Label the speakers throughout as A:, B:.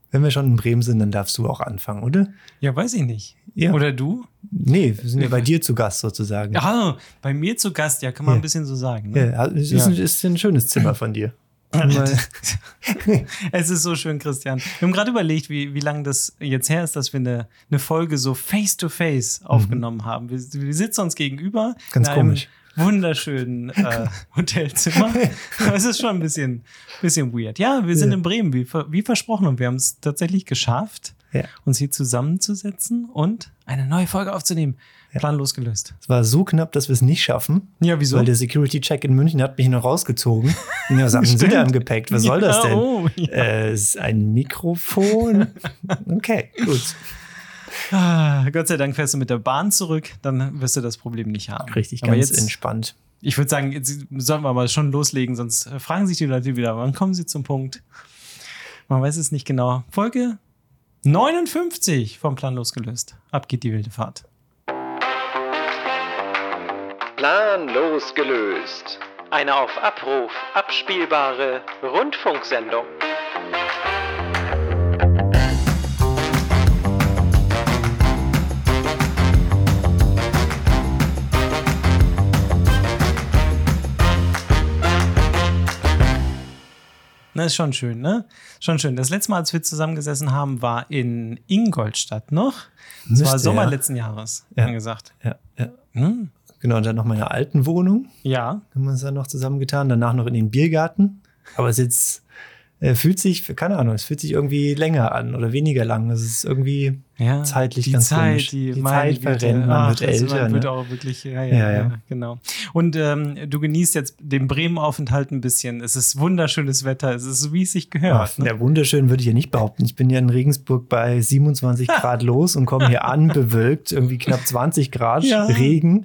A: Wenn wir schon in Bremen sind, dann darfst du auch anfangen, oder?
B: Ja, weiß ich nicht.
A: Ja.
B: Oder du?
A: Nee, wir sind ja bei dir zu Gast sozusagen.
B: Ja, bei mir zu Gast, ja, kann man ein bisschen so sagen. Ne?
A: Ja, es ist ein schönes Zimmer von dir.
B: Es ist so schön, Christian. Wir haben gerade überlegt, wie lange das jetzt her ist, dass wir eine Folge so face-to-face aufgenommen haben. Wir sitzen uns gegenüber.
A: Ganz komisch.
B: Wunderschönen Hotelzimmer. Es ist schon ein bisschen weird. Ja, wir sind in Bremen, wie versprochen. Und wir haben es tatsächlich geschafft, uns hier zusammenzusetzen und eine neue Folge aufzunehmen. Planlos gelöst.
A: Es war so knapp, dass wir es nicht schaffen.
B: Ja, wieso?
A: Weil der Security-Check in München hat mich noch rausgezogen. Und was haben Sie da im Gepäck? Was soll das denn?
B: Oh,
A: es ist ein Mikrofon. Okay, gut.
B: Gott sei Dank fährst du mit der Bahn zurück, dann wirst du das Problem nicht haben.
A: Richtig,
B: aber
A: ganz
B: jetzt,
A: entspannt.
B: Ich würde sagen, jetzt sollten wir mal schon loslegen, sonst fragen sich die Leute wieder, wann kommen sie zum Punkt? Man weiß es nicht genau. Folge 59 vom Planlos gelöst. Ab geht die wilde Fahrt.
C: Planlos gelöst. Eine auf Abruf abspielbare Rundfunksendung.
B: Das ist schon schön, ne? Schon schön. Das letzte Mal, als wir zusammengesessen haben, war in Ingolstadt noch. Das war Sommer letzten Jahres, angesagt.
A: Ja. Genau, und dann noch meine alten Wohnung.
B: Ja.
A: Haben wir uns dann noch zusammengetan. Danach noch in den Biergarten. Aber es jetzt fühlt sich, keine Ahnung, es fühlt sich irgendwie länger an oder weniger lang. Es ist irgendwie zeitlich ganz komisch.
B: Die
A: Zeit verrennt, man wird älter.
B: Man wird auch wirklich, ja, genau. Und du genießt jetzt den Bremen-Aufenthalt ein bisschen. Es ist wunderschönes Wetter. Es ist so, wie es sich gehört.
A: Ach, ja, wunderschön würde ich ja nicht behaupten. Ich bin ja in Regensburg bei 27 Grad los und komme hier an, bewölkt, irgendwie knapp 20 Grad, Regen.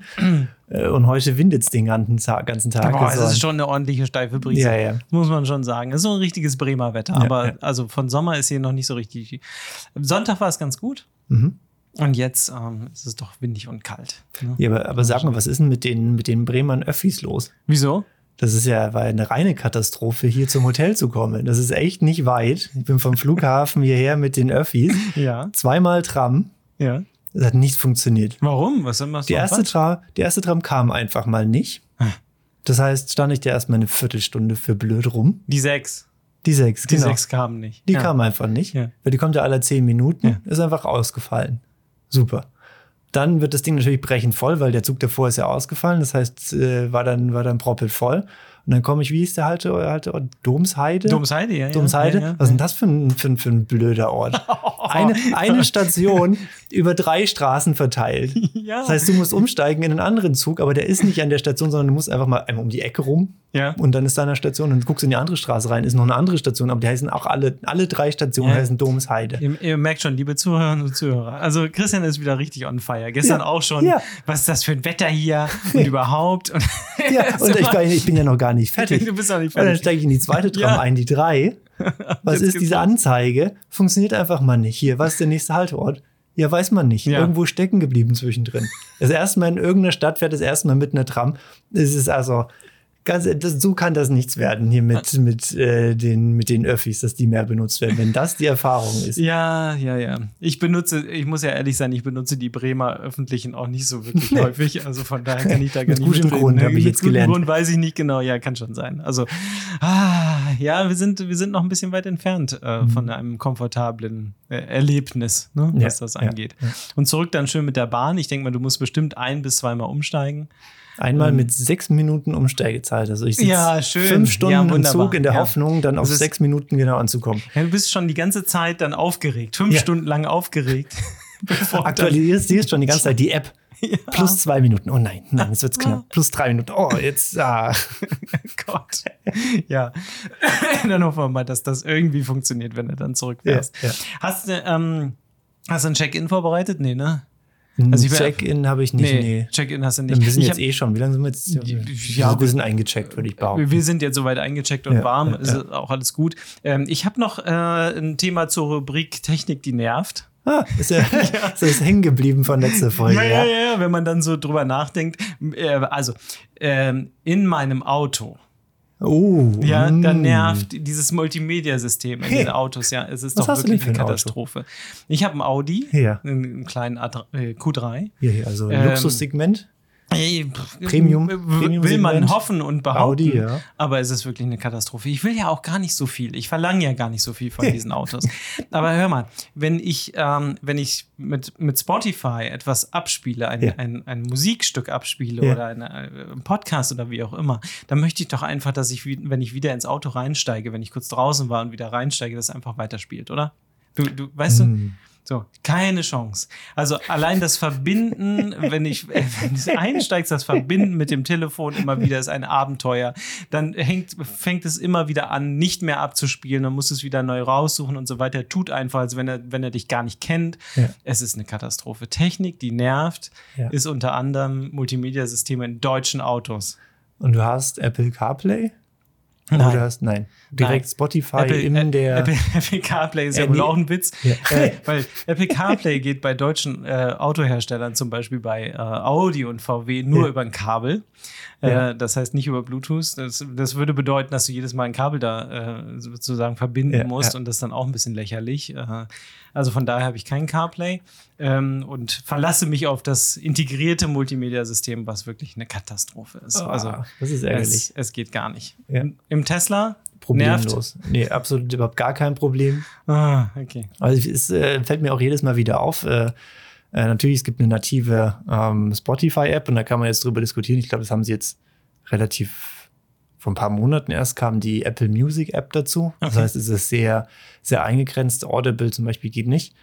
A: Und heute windet es den ganzen Tag.
B: Boah, es ist schon eine ordentliche steife Brise.
A: Ja.
B: Muss man schon sagen. Es ist so ein richtiges Bremer Wetter. Aber also von Sommer ist hier noch nicht so richtig. Sonntag war es ganz gut.
A: Mhm.
B: Und jetzt ist es doch windig und kalt. Ne?
A: Ja, aber sag mal, was ist denn mit den Bremern Öffis los?
D: Wieso?
A: Das war eine reine Katastrophe, hier zum Hotel zu kommen. Das ist echt nicht weit. Ich bin vom Flughafen hierher mit den Öffis.
B: Ja.
A: 2-mal Tram.
B: Ja.
A: Das hat nicht funktioniert.
B: Warum? Was soll
A: die erste Tram kam einfach mal nicht. Das heißt, stand ich da erstmal eine Viertelstunde für blöd rum.
B: Die 6.
A: Die 6, genau.
B: Die 6 kamen nicht.
A: Die kamen einfach nicht. Ja. Weil die kommt ja alle 10 Minuten. Ist einfach ausgefallen. Super. Dann wird das Ding natürlich brechend voll, weil der Zug davor ist ja ausgefallen. Das heißt, war dann proppelt voll. Und dann komme ich, wie hieß der Halteort? Domsheide?
B: Domsheide, ja.
A: Domsheide. Ja. Was ist denn das für ein blöder Ort? Eine Station über 3 Straßen verteilt. Ja. Das heißt, du musst umsteigen in einen anderen Zug, aber der ist nicht an der Station, sondern du musst einfach mal einmal um die Ecke rum. Ja. Und dann ist da eine Station und du guckst in die andere Straße rein, ist noch eine andere Station, aber die heißen auch alle 3 Stationen heißen Domsheide.
B: Ihr merkt schon, liebe Zuhörerinnen und Zuhörer, also Christian ist wieder richtig on fire. Gestern auch schon, was ist das für ein Wetter hier und überhaupt. Und
A: und ich bin ja noch gar nicht fertig.
B: Du bist noch nicht fertig.
A: Und dann steige ich in die zweite Tram ein, die 3. Was ist diese Anzeige? Funktioniert einfach mal nicht. Hier, was ist der nächste Halteort? Ja, weiß man nicht. Irgendwo stecken geblieben zwischendrin. Das erste Mal in irgendeiner Stadt fährt das erste Mal mit einer Tram. Es ist also so kann das nichts werden hier mit den Öffis, dass die mehr benutzt werden, wenn das die Erfahrung ist.
B: Ja. Ich muss ja ehrlich sein, ich benutze die Bremer Öffentlichen auch nicht so wirklich häufig. Also von daher kann ich da gar nicht
A: mitreden. Mit gutem Grund, habe ich jetzt gelernt.
B: Mit gutem Grund weiß ich nicht genau. Ja, kann schon sein. Also, wir sind noch ein bisschen weit entfernt von einem komfortablen Erlebnis, ne, was das angeht. Ja. Und zurück dann schön mit der Bahn. Ich denke mal, du musst bestimmt 1- bis 2-mal umsteigen.
A: Einmal mit 6 Minuten Umsteigezeit. Also ich sitze 5 Stunden im Zug in der Hoffnung, dann auf 6 Minuten genau anzukommen.
B: Ja, du bist schon die ganze Zeit dann aufgeregt. 5 Stunden lang aufgeregt.
A: Aktualisierst schon die ganze Zeit die App. Ja. Plus 2 Minuten. Oh nein, jetzt wird's knapp. Plus 3 Minuten. Oh, jetzt.
B: Gott. Ja. Dann hoffen wir mal, dass das irgendwie funktioniert, wenn du dann zurückfährst. Ja. Hast du ein Check-in vorbereitet? Nee, ne?
A: Also Check-in habe ich nicht. Nee.
B: Check-in hast du nicht.
A: Wir sind jetzt schon. Wie lange sind wir jetzt? Wir sind eingecheckt, würde ich behaupten.
B: Wir sind jetzt soweit eingecheckt und warm. Ist auch alles gut. Ich habe noch ein Thema zur Rubrik Technik, die nervt.
A: Ist hängen geblieben von letzter Folge.
B: Ja, wenn man dann so drüber nachdenkt. In meinem Auto Ja, dann nervt dieses Multimedia-System in den Autos. Ja, es ist doch wirklich eine Katastrophe. Auto? Ich habe einen Audi, einen kleinen Q3.
A: Ja, also ein Luxussegment. Premium
B: will man hoffen und behaupten, Audi, aber es ist wirklich eine Katastrophe. Ich will ja auch gar nicht so viel. Ich verlange ja gar nicht so viel von diesen Autos. Aber hör mal, wenn ich mit Spotify etwas abspiele, ein Musikstück abspiele oder einen Podcast oder wie auch immer, dann möchte ich doch einfach, dass ich, wenn ich wieder ins Auto reinsteige, wenn ich kurz draußen war und wieder reinsteige, das einfach weiterspielt, oder? Du weißt du? So, keine Chance. Also allein das Verbinden, wenn du einsteigst, das Verbinden mit dem Telefon immer wieder ist ein Abenteuer. Dann fängt es immer wieder an, nicht mehr abzuspielen. Dann musst du es wieder neu raussuchen und so weiter. Tut einfach, als wenn er dich gar nicht kennt. Ja. Es ist eine Katastrophe. Technik, die nervt, ist unter anderem Multimedia-Systeme in deutschen Autos.
A: Und du hast Apple CarPlay? Nein. Direkt Spotify
B: Apple CarPlay ist ja wohl auch ein Witz, weil Apple CarPlay geht bei deutschen Autoherstellern, zum Beispiel bei Audi und VW, nur über ein Kabel. Das heißt nicht über Bluetooth. Das würde bedeuten, dass du jedes Mal ein Kabel da sozusagen verbinden musst und das ist dann auch ein bisschen lächerlich. Also von daher habe ich keinen CarPlay und verlasse mich auf das integrierte Multimedia-System, was wirklich eine Katastrophe ist. Also
A: das ist ärgerlich.
B: Es geht gar nicht. Ja. Im Tesla
A: problemlos. Nervt. Nee, absolut überhaupt gar kein Problem.
B: Okay.
A: Also es fällt mir auch jedes Mal wieder auf. Natürlich, es gibt eine native Spotify-App und da kann man jetzt drüber diskutieren. Ich glaube, das haben sie jetzt relativ vor ein paar Monaten erst kam die Apple Music App dazu. Okay. Das heißt, es ist sehr, sehr eingegrenzt. Audible zum Beispiel geht nicht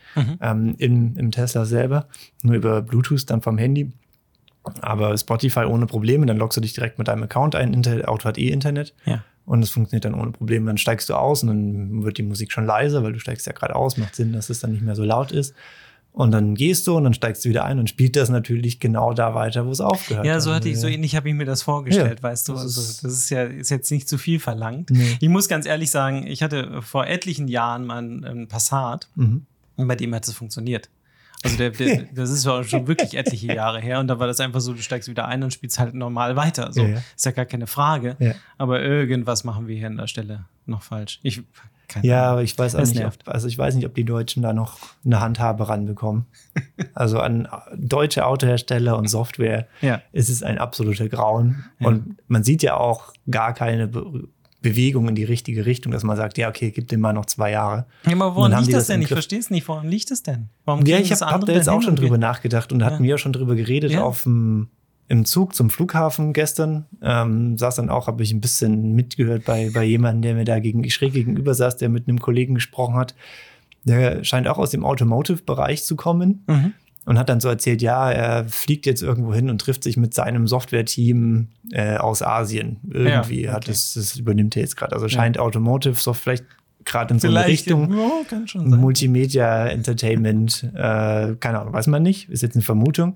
A: im Tesla selber, nur über Bluetooth dann vom Handy. Aber Spotify ohne Probleme, dann loggst du dich direkt mit deinem Account ein. Auto hat Internet.
B: Ja.
A: Und es funktioniert dann ohne Probleme. Dann steigst du aus und dann wird die Musik schon leiser, weil du steigst ja gerade aus. Macht Sinn, dass es dann nicht mehr so laut ist. Und dann gehst du und dann steigst du wieder ein und spielt das natürlich genau da weiter, wo es aufgehört hat.
B: Ja, so ähnlich habe ich mir das vorgestellt, weißt du. Also das ist jetzt nicht zu viel verlangt. Nee. Ich muss ganz ehrlich sagen, ich hatte vor etlichen Jahren mal einen Passat und bei dem hat es funktioniert. Also das ist schon wirklich etliche Jahre her und da war das einfach so, du steigst wieder ein und spielst halt normal weiter. So, ist ja gar keine Frage. Ja. Aber irgendwas machen wir hier an der Stelle noch falsch.
A: Aber ich weiß auch nicht, ich weiß nicht, ob die Deutschen da noch eine Handhabe ranbekommen. Also an deutsche Autohersteller und Software ist es ein absoluter Grauen. Ja. Und man sieht ja auch gar keine Bewegung in die richtige Richtung, dass man sagt, ja, okay, gib dem mal noch 2 Jahre.
B: Ja, aber woran liegt das denn? Ich verstehe es nicht. Woran liegt das denn? Warum
A: ich habe da jetzt auch schon drüber nachgedacht und hatten wir schon drüber geredet im Zug zum Flughafen gestern. Saß dann auch, habe ich ein bisschen mitgehört bei jemandem, der mir da schräg gegenüber saß, der mit einem Kollegen gesprochen hat. Der scheint auch aus dem Automotive-Bereich zu kommen. Und hat dann so erzählt, er fliegt jetzt irgendwo hin und trifft sich mit seinem Software-Team aus Asien. Irgendwie das übernimmt er jetzt gerade. Also scheint Automotive so vielleicht gerade in so eine Richtung.
B: Kann schon sein.
A: Multimedia, Entertainment, keine Ahnung, weiß man nicht. Ist jetzt eine Vermutung.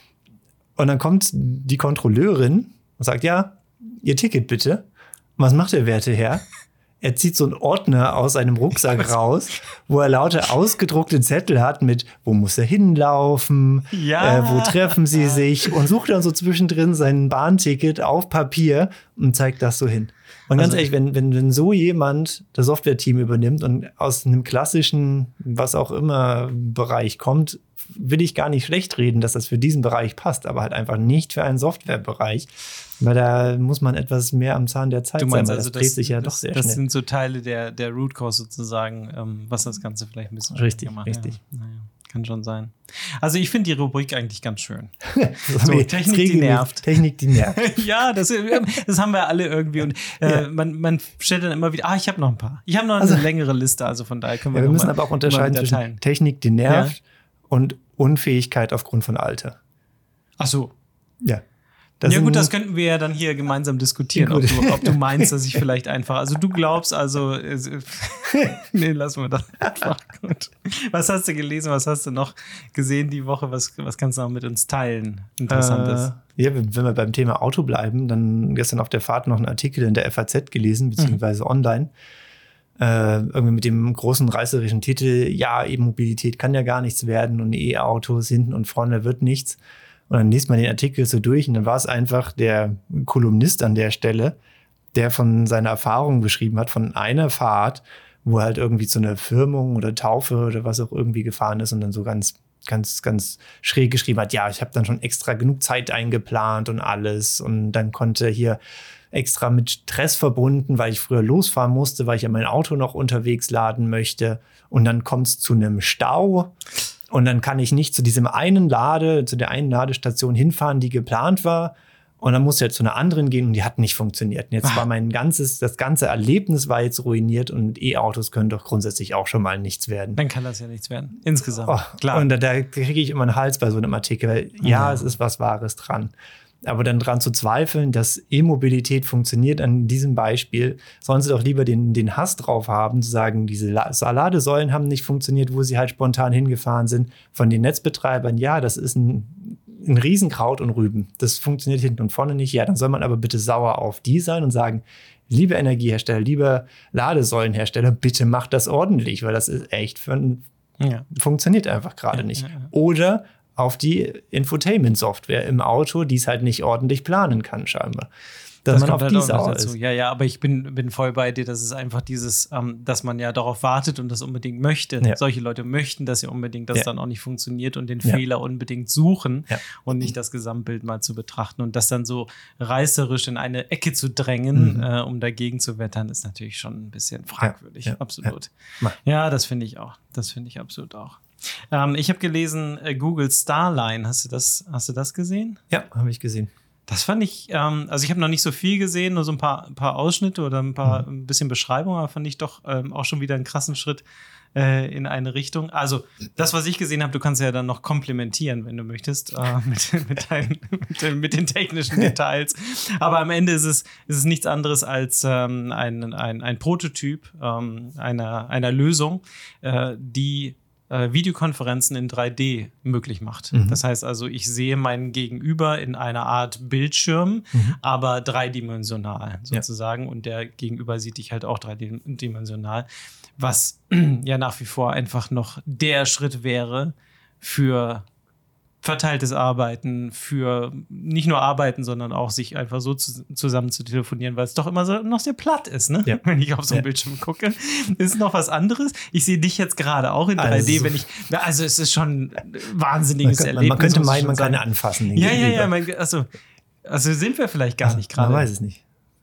A: Und dann kommt die Kontrolleurin und sagt, ja, Ihr Ticket bitte. Und was macht der werte Herr? Er zieht so einen Ordner aus einem Rucksack raus, wo er lauter ausgedruckte Zettel hat mit, wo muss er hinlaufen, wo treffen sie sich und sucht dann so zwischendrin sein Bahnticket auf Papier und zeigt das so hin. Und ganz ehrlich, wenn so jemand das Software-Team übernimmt und aus einem klassischen, was auch immer, Bereich kommt, will ich gar nicht schlecht reden, dass das für diesen Bereich passt, aber halt einfach nicht für einen Softwarebereich. Weil da muss man etwas mehr am Zahn der Zeit sein, weil das dreht sich ja doch sehr schnell. Das sind
B: so Teile der Root Cause sozusagen, was das Ganze vielleicht ein bisschen
A: richtig macht. Richtig.
B: Ja, kann schon sein. Also ich finde die Rubrik eigentlich ganz schön.
A: Technik, die nervt. Technik, die nervt.
B: Ja, das haben wir alle irgendwie. Und man stellt dann immer wieder, ich habe noch ein paar. Ich habe noch eine längere Liste, also von daher können wir
A: müssen aber auch unterscheiden zwischen Technik, die nervt und Unfähigkeit aufgrund von Alter.
B: Ach so.
A: Ja.
B: Das könnten wir ja dann hier gemeinsam diskutieren, ob du meinst, dass ich vielleicht einfach, also du glaubst nee, lassen wir das einfach. Gut. Was hast du gelesen, was hast du noch gesehen die Woche, was kannst du noch mit uns teilen? Interessantes.
A: Wenn wir beim Thema Auto bleiben, dann gestern auf der Fahrt noch einen Artikel in der FAZ gelesen, beziehungsweise online, irgendwie mit dem großen reißerischen Titel, E-Mobilität kann ja gar nichts werden und E-Autos hinten und vorne wird nichts. Und dann liest man den Artikel so durch und dann war es einfach der Kolumnist an der Stelle, der von seiner Erfahrung beschrieben hat, von einer Fahrt, wo er halt irgendwie zu einer Firmung oder Taufe oder was auch irgendwie gefahren ist und dann so ganz schräg geschrieben hat, ja, ich habe dann schon extra genug Zeit eingeplant und alles und dann konnte hier extra mit Stress verbunden, weil ich früher losfahren musste, weil ich ja mein Auto noch unterwegs laden möchte und dann kommt es zu einem Stau und dann kann ich nicht zu der einen Ladestation hinfahren, die geplant war. Und dann musste er zu einer anderen gehen und die hat nicht funktioniert. Und jetzt war das ganze Erlebnis war jetzt ruiniert und E-Autos können doch grundsätzlich auch schon mal nichts werden.
B: Dann kann das ja nichts werden. Insgesamt.
A: Klar. Und da kriege ich immer einen Hals bei so einem Artikel. Weil, ja, es ist was Wahres dran. Aber dann dran zu zweifeln, dass E-Mobilität funktioniert an diesem Beispiel, sollen sie doch lieber den Hass drauf haben, zu sagen, diese Ladesäulen haben nicht funktioniert, wo sie halt spontan hingefahren sind. Von den Netzbetreibern, ja, das ist ein Riesenkraut und Rüben. Das funktioniert hinten und vorne nicht. Ja, dann soll man aber bitte sauer auf die sein und sagen, liebe Energiehersteller, liebe Ladesäulenhersteller, bitte macht das ordentlich, weil das ist echt funktioniert einfach gerade nicht. Ja. Oder auf die Infotainment-Software im Auto, die es halt nicht ordentlich planen kann, scheinbar. Dass man auf die sauer ist.
B: Ja, aber ich bin voll bei dir, das ist einfach dieses, dass man ja darauf wartet und das unbedingt möchte. Ja. Solche Leute möchten das ja unbedingt, dass dann auch nicht funktioniert und den Fehler unbedingt suchen und nicht das Gesamtbild mal zu betrachten. Und das dann so reißerisch in eine Ecke zu drängen, um dagegen zu wettern, ist natürlich schon ein bisschen fragwürdig. Absolut. Ja, das finde ich auch. Das finde ich absolut auch. Ich habe gelesen, Google Starline. Hast du das gesehen?
A: Ja, habe ich gesehen.
B: Das fand ich, also ich habe noch nicht so viel gesehen, nur so ein paar Ausschnitte oder ein bisschen Beschreibung, aber fand ich doch auch schon wieder einen krassen Schritt in eine Richtung. Also das, was ich gesehen habe, du kannst ja dann noch komplementieren, wenn du möchtest, mit den technischen Details. Aber am Ende ist es nichts anderes als ein Prototyp einer Lösung, die Videokonferenzen in 3D möglich macht. Das heißt also, ich sehe meinen Gegenüber in einer Art Bildschirm, aber dreidimensional sozusagen. Und der Gegenüber sieht dich halt auch dreidimensional, was ja nach wie vor einfach noch der Schritt wäre für verteiltes Arbeiten, für nicht nur Arbeiten, sondern auch sich einfach so zusammen zu telefonieren, weil es doch immer so noch sehr platt ist, ne? Ja. Wenn ich auf so einen Bildschirm gucke. Ist noch was anderes. Ich sehe dich jetzt gerade auch in 3D, also es ist schon ein wahnsinniges Erlebnis.
A: Man könnte meinen, man kann anfassen.
B: Ja, also sind wir vielleicht gar nicht gerade.
A: Man weiß es nicht.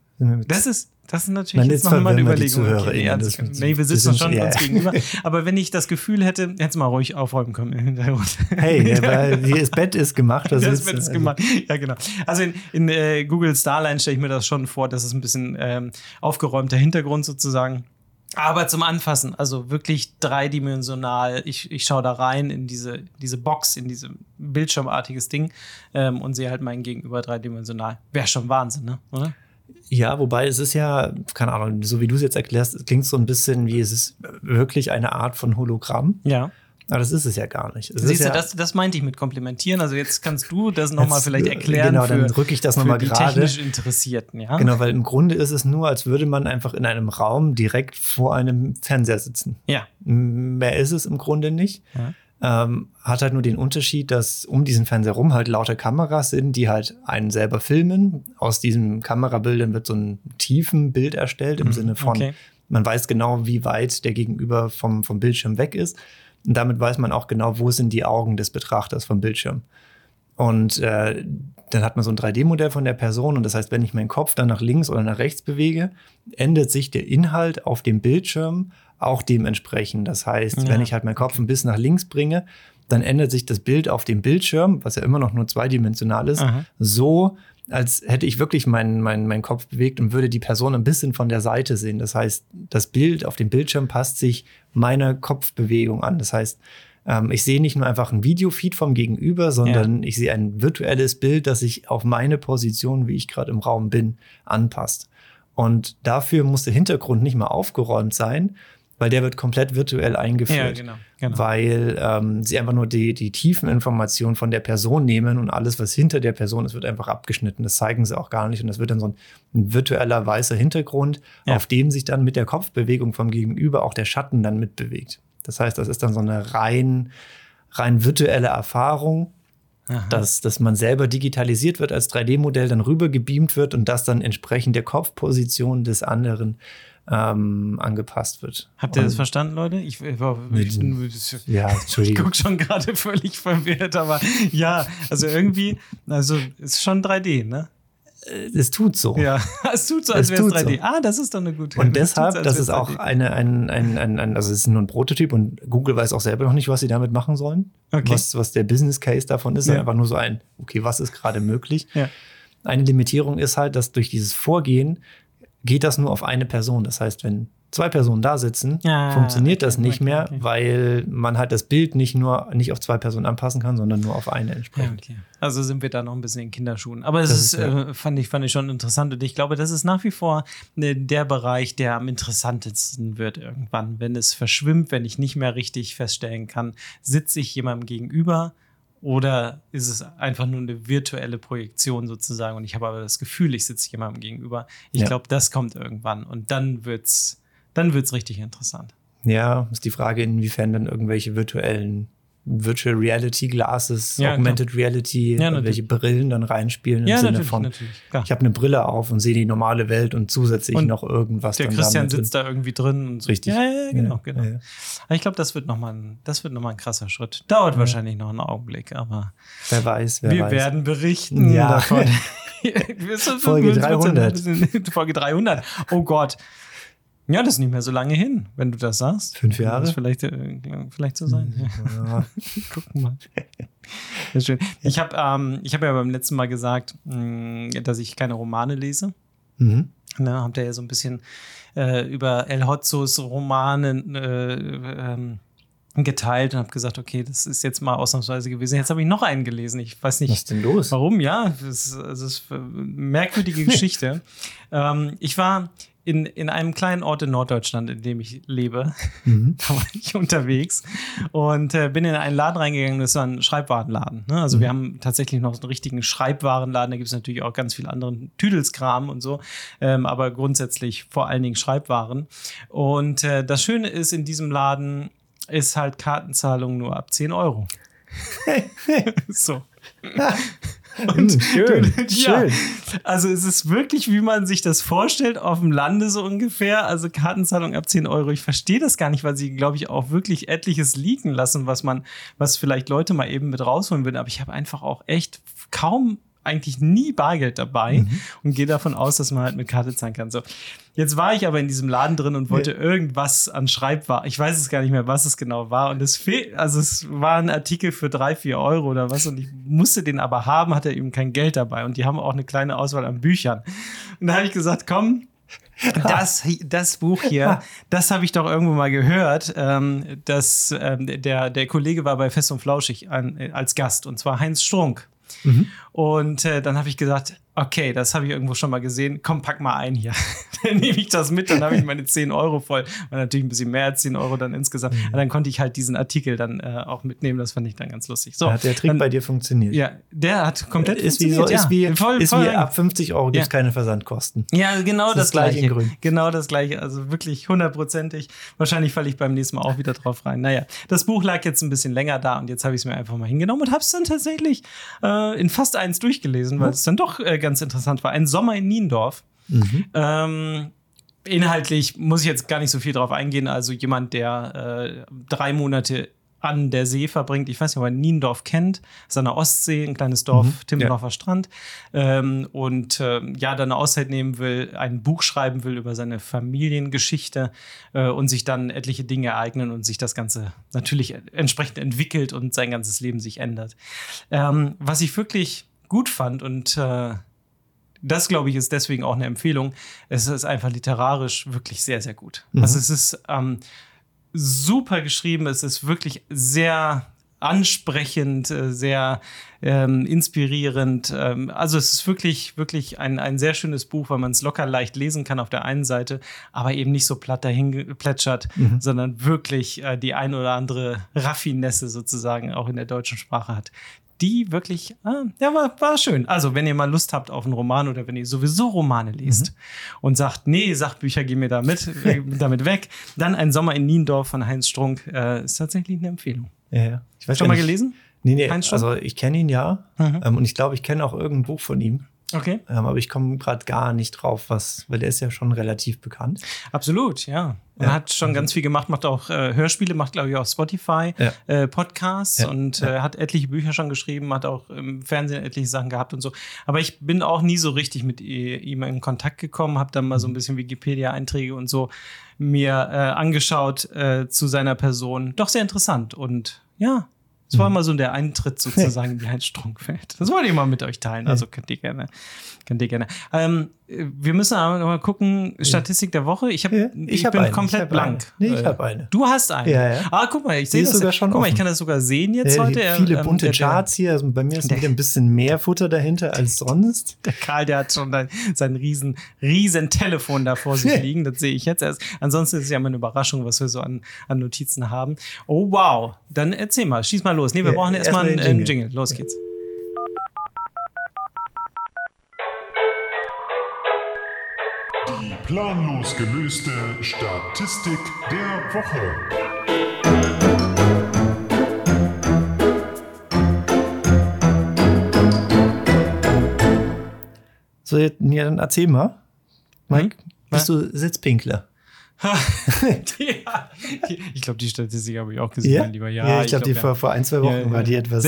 B: Das ist natürlich jetzt noch mal eine Überlegung. Nee, wir sitzen schon uns gegenüber. Aber wenn ich das Gefühl hätte mal ruhig aufräumen können im Hintergrund.
A: Hey, das Bett ist gemacht.
B: Das Bett ist gemacht. Ja, genau. Also in Google Starline stelle ich mir das schon vor, dass es ein bisschen aufgeräumter Hintergrund sozusagen. Aber zum Anfassen, also wirklich dreidimensional. Ich schaue da rein in diese Box, in diese bildschirmartiges Ding und sehe halt meinen Gegenüber dreidimensional. Wäre schon Wahnsinn, ne? Oder?
A: Ja, wobei es ist ja, keine Ahnung, so wie du es jetzt erklärst, es klingt so ein bisschen wie, es ist wirklich eine Art von Hologramm. Ja. Aber das ist es ja gar nicht.
B: Siehst du, das meinte ich mit komplementieren. Also jetzt kannst du das nochmal vielleicht erklären.
A: Genau, dann rücke ich das nochmal gerade.
B: Für die technisch Interessierten, ja.
A: Genau, weil im Grunde ist es nur, als würde man einfach in einem Raum direkt vor einem Fernseher sitzen. Ja. Mehr ist es im Grunde nicht. Ja. Hat halt nur den Unterschied, dass um diesen Fernseher rum halt lauter Kameras sind, die halt einen selber filmen. Aus diesen Kamerabildern wird so ein tiefen Bild erstellt, im Sinne von, man weiß genau, wie weit der Gegenüber vom Bildschirm weg ist. Und damit weiß man auch genau, wo sind die Augen des Betrachters vom Bildschirm. Und dann hat man so ein 3D-Modell von der Person. Und das heißt, wenn ich meinen Kopf dann nach links oder nach rechts bewege, ändert sich der Inhalt auf dem Bildschirm auch dementsprechend. Das heißt, wenn ich halt meinen Kopf ein bisschen nach links bringe, dann ändert sich das Bild auf dem Bildschirm, was ja immer noch nur zweidimensional ist, so, als hätte ich wirklich meinen Kopf bewegt und würde die Person ein bisschen von der Seite sehen. Das heißt, das Bild auf dem Bildschirm passt sich meiner Kopfbewegung an. Das heißt, ich sehe nicht nur einfach ein Videofeed vom Gegenüber, sondern ich sehe ein virtuelles Bild, das sich auf meine Position, wie ich gerade im Raum bin, anpasst. Und dafür muss der Hintergrund nicht mal aufgeräumt sein, weil der wird komplett virtuell eingeführt. Ja, genau. Weil sie einfach nur die tiefen Informationen von der Person nehmen und alles, was hinter der Person ist, wird einfach abgeschnitten. Das zeigen sie auch gar nicht. Und das wird dann so ein virtueller weißer Hintergrund, auf dem sich dann mit der Kopfbewegung vom Gegenüber auch der Schatten dann mitbewegt. Das heißt, das ist dann so eine rein virtuelle Erfahrung. dass man selber digitalisiert wird als 3D-Modell, dann rüber gebeamt wird und das dann entsprechend der Kopfposition des anderen angepasst wird.
B: Habt ihr das verstanden, Leute? Ich
A: Entschuldigung.
B: Guck schon gerade völlig verwirrt, aber ja, also irgendwie, also ist schon 3D, ne?
A: Es tut so.
B: Ja, es tut so, als wäre es 3D.
A: So.
B: Ah, das ist doch eine gute.
A: Und deshalb, das ist auch also es ist nur ein Prototyp und Google weiß auch selber noch nicht, was sie damit machen sollen.
B: Okay.
A: Was der Business Case davon ist. Einfach nur so okay, was ist gerade möglich?
B: Ja.
A: Eine Limitierung ist halt, dass durch dieses Vorgehen geht das nur auf eine Person. Das heißt, wenn 2 Personen da sitzen, funktioniert das nicht mehr, weil man halt das Bild nicht auf 2 Personen anpassen kann, sondern nur auf eine entsprechend.
B: Ja, okay. Also sind wir da noch ein bisschen in Kinderschuhen. Aber das fand ich schon interessant. Und ich glaube, das ist nach wie vor der Bereich, der am interessantesten wird irgendwann. Wenn es verschwimmt, wenn ich nicht mehr richtig feststellen kann, sitze ich jemandem gegenüber oder ist es einfach nur eine virtuelle Projektion sozusagen und ich habe aber das Gefühl, ich sitze jemandem gegenüber. Ich glaube, das kommt irgendwann und dann wird's richtig interessant.
A: Ja, ist die Frage, inwiefern dann irgendwelche Virtual Reality Glasses, Augmented Reality, welche Brillen dann reinspielen im Sinne von, ich habe eine Brille auf und sehe die normale Welt und zusätzlich noch irgendwas.
B: Der Christian sitzt da irgendwie drin. Und so.
A: Richtig.
B: Ja, genau. Ja. Aber ich glaube, das wird noch mal ein krasser Schritt. Dauert wahrscheinlich noch einen Augenblick, aber
A: wer weiß.
B: Wir werden berichten davon.
A: Folge 300.
B: Folge 300. Oh Gott. Ja, das ist nicht mehr so lange hin, wenn du das sagst.
A: 5 Jahre?
B: Das vielleicht so sein.
A: Ja.
B: Guck mal. Sehr schön. Ich habe ja beim letzten Mal gesagt, dass ich keine Romane lese.
A: Mhm.
B: Habt ihr ja so ein bisschen über El Hozzos Romane geteilt und habe gesagt, okay, das ist jetzt mal ausnahmsweise gewesen. Jetzt habe ich noch einen gelesen. Ich weiß nicht,
A: was ist denn los?
B: Warum? Ja, das ist eine merkwürdige Geschichte. Ich war in einem kleinen Ort in Norddeutschland, in dem ich lebe, da war ich unterwegs und bin in einen Laden reingegangen, das war ein Schreibwarenladen. Ne? Also wir haben tatsächlich noch einen richtigen Schreibwarenladen, da gibt es natürlich auch ganz viel anderen Tüdelskram und so, aber grundsätzlich vor allen Dingen Schreibwaren. Und das Schöne ist, in diesem Laden ist halt Kartenzahlung nur ab 10 Euro. So.
A: Schön.
B: Also es ist wirklich, wie man sich das vorstellt, auf dem Lande so ungefähr. Also Kartenzahlung ab 10 Euro. Ich verstehe das gar nicht, weil sie, glaube ich, auch wirklich etliches liegen lassen, was vielleicht Leute mal eben mit rausholen würden. Aber ich habe einfach auch echt eigentlich nie Bargeld dabei und gehe davon aus, dass man halt mit Karte zahlen kann. So. Jetzt war ich aber in diesem Laden drin und wollte irgendwas an Schreibwaren. Ich weiß es gar nicht mehr, was es genau war. Und es war ein Artikel für 3-4 Euro oder was. Und ich musste den aber haben, hatte eben kein Geld dabei. Und die haben auch eine kleine Auswahl an Büchern. Und da habe ich gesagt, komm, das Buch hier, das habe ich doch irgendwo mal gehört. Der Kollege war bei Fest und Flauschig als Gast. Und zwar Heinz Strunk. Und dann habe ich gesagt, okay, das habe ich irgendwo schon mal gesehen. Komm, pack mal ein hier. Dann nehme ich das mit, dann habe ich meine 10 Euro voll. War natürlich ein bisschen mehr als 10 Euro dann insgesamt. Aber dann konnte ich halt diesen Artikel dann auch mitnehmen. Das fand ich dann ganz lustig. So,
A: hat der Trick bei dir funktioniert?
B: Ja, der hat komplett
A: funktioniert. Ist wie ab 50 Euro gibt es keine Versandkosten.
B: Ja, genau das Gleiche.
A: In grün.
B: Genau das Gleiche. Also wirklich 100%ig. Wahrscheinlich falle ich beim nächsten Mal auch wieder drauf rein. Naja, das Buch lag jetzt ein bisschen länger da und jetzt habe ich es mir einfach mal hingenommen und habe es dann tatsächlich in fast eins durchgelesen, weil es dann doch ganz interessant war. Ein Sommer in Niendorf. Inhaltlich muss ich jetzt gar nicht so viel drauf eingehen. Also jemand, der 3 Monate an der See verbringt. Ich weiß nicht, ob man Niendorf kennt. Das ist an der Ostsee, ein kleines Dorf, Timmendorfer Strand. dann eine Auszeit nehmen will, ein Buch schreiben will über seine Familiengeschichte und sich dann etliche Dinge ereignen und sich das Ganze natürlich entsprechend entwickelt und sein ganzes Leben sich ändert. Was ich wirklich gut fand und das, glaube ich, ist deswegen auch eine Empfehlung. Es ist einfach literarisch wirklich sehr, sehr gut. Also es ist super geschrieben. Es ist wirklich sehr ansprechend, sehr inspirierend. Also es ist wirklich, wirklich ein sehr schönes Buch, weil man es locker leicht lesen kann auf der einen Seite, aber eben nicht so platt dahin plätschert, sondern wirklich die ein oder andere Raffinesse sozusagen auch in der deutschen Sprache hat. Die wirklich, war schön. Also, wenn ihr mal Lust habt auf einen Roman oder wenn ihr sowieso Romane lest und sagt, nee, Sachbücher gehen mir damit weg, dann Ein Sommer in Niendorf von Heinz Strunk ist tatsächlich eine Empfehlung.
A: Ja. Ich weiß
B: schon mal gelesen?
A: Nee, also ich kenne ihn ja. Und ich glaube, ich kenne auch irgendein Buch von ihm.
B: Okay.
A: Aber ich komme gerade gar nicht drauf, weil der ist ja schon relativ bekannt.
B: Absolut, ja. Er hat schon ganz viel gemacht, macht auch Hörspiele, macht, glaube ich, auch Spotify, Podcasts und hat etliche Bücher schon geschrieben, hat auch im Fernsehen etliche Sachen gehabt und so. Aber ich bin auch nie so richtig mit ihm in Kontakt gekommen, habe dann mal so ein bisschen Wikipedia-Einträge und so mir angeschaut zu seiner Person. Doch sehr interessant und ja, das war mal so der Eintritt sozusagen in die Heinz Strunk-Welt. Das wollte ich mal mit euch teilen, also könnt ihr gerne. Wir müssen aber noch mal gucken, Statistik der Woche. Ich bin komplett blank.
A: Nee, ich habe eine.
B: Du hast eine?
A: Ja.
B: Guck mal, ich sehe das
A: sogar schon.
B: Guck mal, ich kann das sogar sehen jetzt heute.
A: Viele bunte Charts hier. Also bei mir ist wieder ein bisschen mehr Futter dahinter als sonst.
B: Der Karl, der hat schon sein riesen Telefon da vor sich liegen. Das sehe ich jetzt erst. Ansonsten ist es ja immer eine Überraschung, was wir so an Notizen haben. Oh, wow. Dann erzähl mal, schieß mal los. Nee, wir brauchen erstmal einen Jingle. Los geht's.
E: Die planlos gelöste Statistik der Woche.
A: So, dann erzähl mal. Mike, bist du Sitzpinkler?
B: Ich glaube, die Statistik habe ich auch gesehen, mein Lieber.
A: Ja, ich glaube, die vor 1-2 Wochen war die etwas.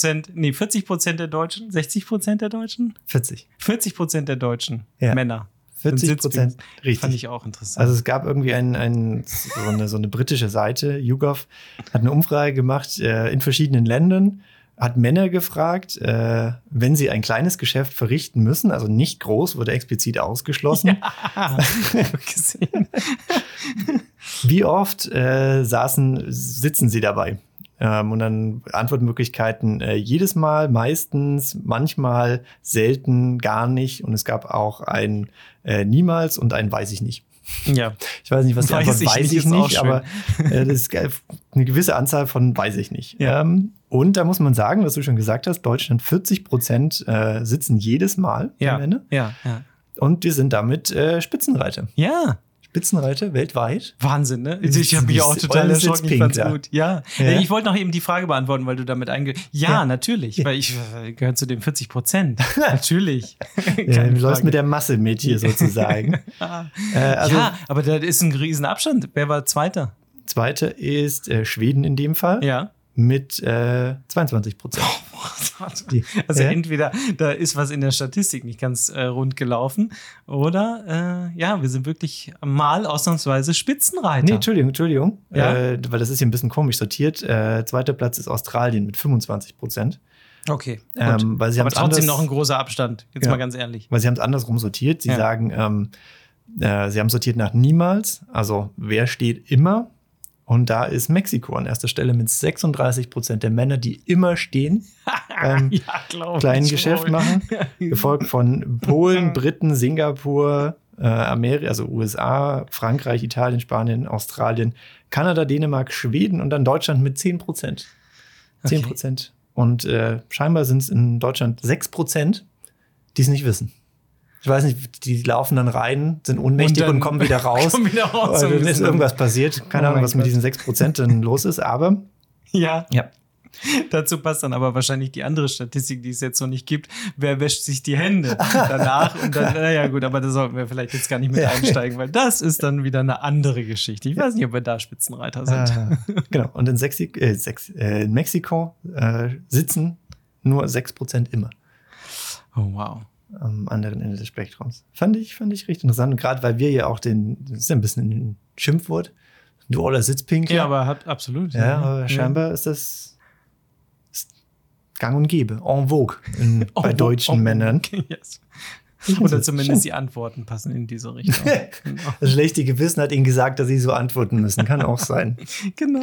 B: 40% der Deutschen? 60% der Deutschen? 40% der Deutschen Männer.
A: 40%, richtig.
B: Fand ich auch interessant.
A: Also es gab irgendwie so eine britische Seite, YouGov, hat eine Umfrage gemacht in verschiedenen Ländern, hat Männer gefragt, wenn sie ein kleines Geschäft verrichten müssen, also nicht groß, wurde explizit ausgeschlossen.
B: Ja, gesehen.
A: Wie oft sitzen sie dabei? Und dann Antwortmöglichkeiten jedes Mal, meistens, manchmal, selten, gar nicht. Und es gab auch ein niemals und ein weiß ich nicht.
B: Ja.
A: Ich weiß nicht, was die Antwort weiß ich nicht, aber das ist eine gewisse Anzahl von weiß ich nicht.
B: Ja.
A: Und da muss man sagen, was du schon gesagt hast, Deutschland 40% sitzen jedes Mal am Ende.
B: Ja.
A: Und wir sind damit Spitzenreiter.
B: Ja.
A: Spitzenreiter weltweit.
B: Wahnsinn, ne? Ich habe mich auch total erschrocken. Ich fand's gut. Ja. Ich wollte noch eben die Frage beantworten, weil du damit natürlich. Weil ich gehöre zu den 40%. Natürlich.
A: Du läufst mit der Masse mit hier sozusagen.
B: Aber da ist ein riesen Abstand. Wer war Zweiter?
A: Zweiter ist Schweden in dem Fall.
B: Ja.
A: Mit 22%.
B: Also entweder da ist was in der Statistik nicht ganz rund gelaufen oder wir sind wirklich mal ausnahmsweise Spitzenreiter.
A: Nee, Entschuldigung.
B: Ja?
A: Weil das ist hier ein bisschen komisch sortiert. Zweiter Platz ist Australien mit 25%.
B: Okay,
A: weil sie
B: aber trotzdem noch ein großer Abstand, jetzt mal ganz ehrlich.
A: Weil sie haben es andersrum sortiert. Sie sagen, sie haben sortiert nach niemals, also wer steht immer. Und da ist Mexiko an erster Stelle mit 36% der Männer, die immer stehen, kleinen Geschäft machen. Gefolgt von Polen, Briten, Singapur, Amerika, also USA, Frankreich, Italien, Spanien, Australien, Kanada, Dänemark, Schweden und dann Deutschland mit 10%. 10%. Okay. Und scheinbar sind es in Deutschland 6%, die es nicht wissen. Ich weiß nicht, die laufen dann rein, sind ohnmächtig und kommen wieder raus.
B: Und
A: dann ist irgendwas passiert. Keine Ahnung, was mit diesen 6% dann los ist, aber
B: ja. Dazu passt dann aber wahrscheinlich die andere Statistik, die es jetzt noch nicht gibt. Wer wäscht sich die Hände danach? Und dann, naja gut, aber da sollten wir vielleicht jetzt gar nicht mit einsteigen, weil das ist dann wieder eine andere Geschichte. Ich weiß nicht, ob wir da Spitzenreiter sind.
A: Genau, und in Mexiko sitzen nur 6% immer.
B: Oh, wow.
A: Am anderen Ende des Spektrums. Fand ich richtig interessant. Und gerade weil wir ja auch das ist ja ein bisschen ein Schimpfwort, du oller Sitzpinkler.
B: Ja, aber absolut.
A: Ja, aber scheinbar ist das gang und gäbe, en vogue bei deutschen Männern.
B: Yes. Oder zumindest die Antworten passen in diese Richtung.
A: Genau. Das schlechte Gewissen hat ihnen gesagt, dass sie so antworten müssen. Kann auch sein.
B: Genau.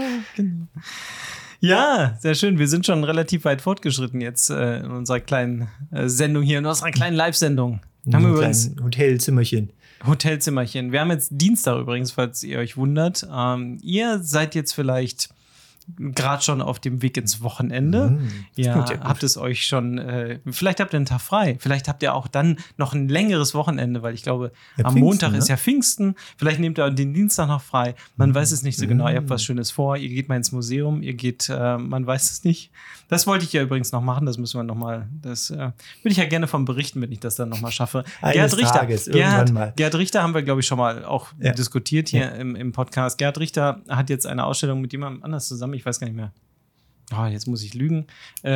B: Ja, sehr schön. Wir sind schon relativ weit fortgeschritten jetzt in unserer kleinen Sendung hier, in unserer kleinen Live-Sendung.
A: Haben wir übrigens Hotelzimmerchen.
B: Wir haben jetzt Dienstag übrigens, falls ihr euch wundert. Ihr seid jetzt vielleicht gerade schon auf dem Weg ins Wochenende. Ja, habt es euch schon, vielleicht habt ihr einen Tag frei, vielleicht habt ihr auch dann noch ein längeres Wochenende, weil ich glaube, am Montag ist ja Pfingsten, vielleicht nehmt ihr den Dienstag noch frei, man weiß es nicht so genau, ihr habt was Schönes vor, ihr geht mal ins Museum, ihr geht, man weiß es nicht. Das wollte ich ja übrigens noch machen, das müssen wir nochmal, das würde ich ja gerne von berichten, wenn ich das dann nochmal schaffe. Gerhard Richter haben wir, glaube ich, schon mal auch diskutiert hier im Podcast. Gerhard Richter hat jetzt eine Ausstellung mit jemandem anders zusammen, ich weiß gar nicht mehr. Oh, jetzt muss ich lügen.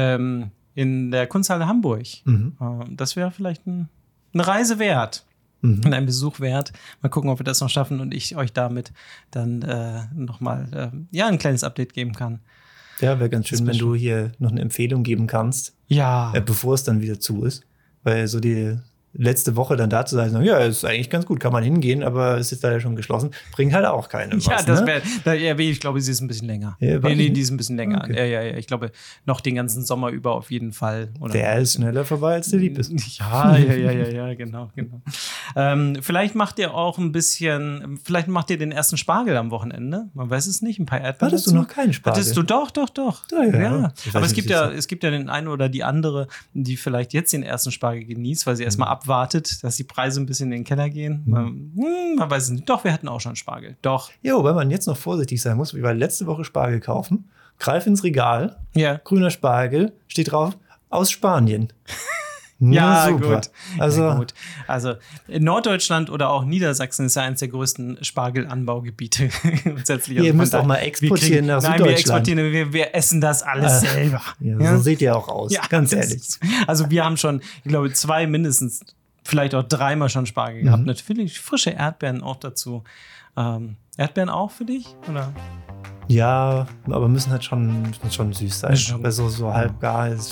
B: In der Kunsthalle Hamburg. Das wäre vielleicht eine Reise wert. Und ein Besuch wert. Mal gucken, ob wir das noch schaffen und ich euch damit dann nochmal ein kleines Update geben kann.
A: Ja, wäre ganz schön, wenn du hier noch eine Empfehlung geben kannst.
B: Ja.
A: Bevor es dann wieder zu ist. Weil so die letzte Woche dann da zu sein, ja, ist eigentlich ganz gut, kann man hingehen, aber es ist leider schon geschlossen, bringt halt auch keinem was.
B: Das wäre, ich glaube, sie ist ein bisschen länger.
A: Ja,
B: nee, die ist ein bisschen länger. Okay. Ja, ich glaube, noch den ganzen Sommer über auf jeden Fall. Oder
A: der ist schneller vorbei, als der lieb ist.
B: Ja, genau. Vielleicht macht ihr auch ein bisschen, vielleicht macht ihr den ersten Spargel am Wochenende, man weiß es nicht, ein paar Erdbeeren.
A: Hattest du noch keinen Spargel?
B: Hattest du doch. Ja. Aber es gibt ja den einen oder die andere, die vielleicht jetzt den ersten Spargel genießt, weil sie erstmal abwartet, dass die Preise ein bisschen in den Keller gehen. Man weiß es nicht. Doch, wir hatten auch schon Spargel. Doch.
A: Jo, weil man jetzt noch vorsichtig sein muss. Wir waren letzte Woche Spargel kaufen. Greif ins Regal.
B: Ja.
A: Grüner Spargel. Steht drauf, aus Spanien.
B: Ja,
A: super.
B: Gut. Also in Norddeutschland oder auch Niedersachsen ist ja eines der größten Spargelanbaugebiete.
A: Ihr müsst auch mal exportieren nach Süddeutschland.
B: Wir essen das alles selber.
A: Ja, so seht ihr auch aus, ganz ehrlich.
B: Also wir haben schon, ich glaube, 2 mindestens, vielleicht auch 3-mal schon Spargel gehabt. Natürlich frische Erdbeeren auch dazu. Erdbeeren auch für dich? Oder?
A: Ja, aber müssen halt schon süß sein. Weil so halb gar ist.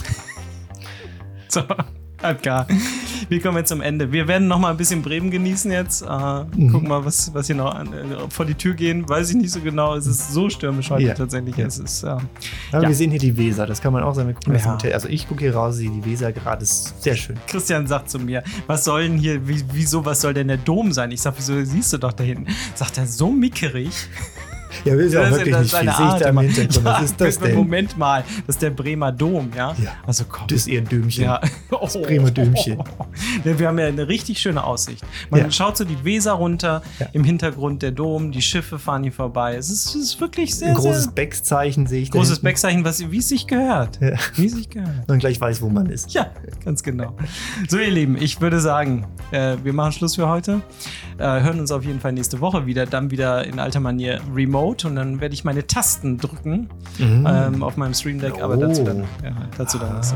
B: So. Gar. Wir kommen jetzt zum Ende. Wir werden noch mal ein bisschen Bremen genießen jetzt. Gucken mal, was hier noch vor die Tür gehen. Weiß ich nicht so genau. Es ist so stürmisch heute tatsächlich. Es ist,
A: wir sehen hier die Weser. Das kann man auch sagen. Wir gucken Hotel. Also ich gucke hier raus, sehe die Weser gerade. Ist sehr schön.
B: Christian sagt zu mir, was soll denn hier, was soll denn der Dom sein? Ich sag, wieso siehst du doch da hinten? Sagt er, so mickerig.
A: Ja, will ja auch wirklich nicht viel. Sehe ich da im Hintergrund. Was ist das denn?
B: Moment mal, das ist der Bremer Dom, ja? Also komm.
A: Das ist eher ein Dömchen.
B: Ja.
A: Das Bremer Dömchen.
B: Wir haben ja eine richtig schöne Aussicht. Man schaut so die Weser runter, im Hintergrund der Dom, die Schiffe fahren hier vorbei. Es ist wirklich sehr,
A: ein großes Beckzeichen sehe ich da.
B: Großes Beckzeichen, wie es sich gehört.
A: Ja.
B: Wie es sich gehört.
A: Man gleich weiß, wo man ist.
B: Ja, ganz genau. So, ihr Lieben, ich würde sagen, wir machen Schluss für heute. Hören uns auf jeden Fall nächste Woche wieder. Dann wieder in alter Manier remote. Und dann werde ich meine Tasten drücken auf meinem Stream Deck. Aber dazu dann was.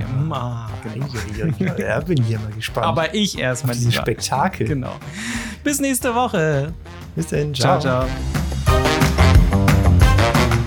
A: Genau. Ja, bin ich ja mal gespannt.
B: Aber ich erstmal.
A: Dieses Spektakel.
B: Genau. Bis nächste Woche.
A: Bis dann. Ciao.
B: Ciao.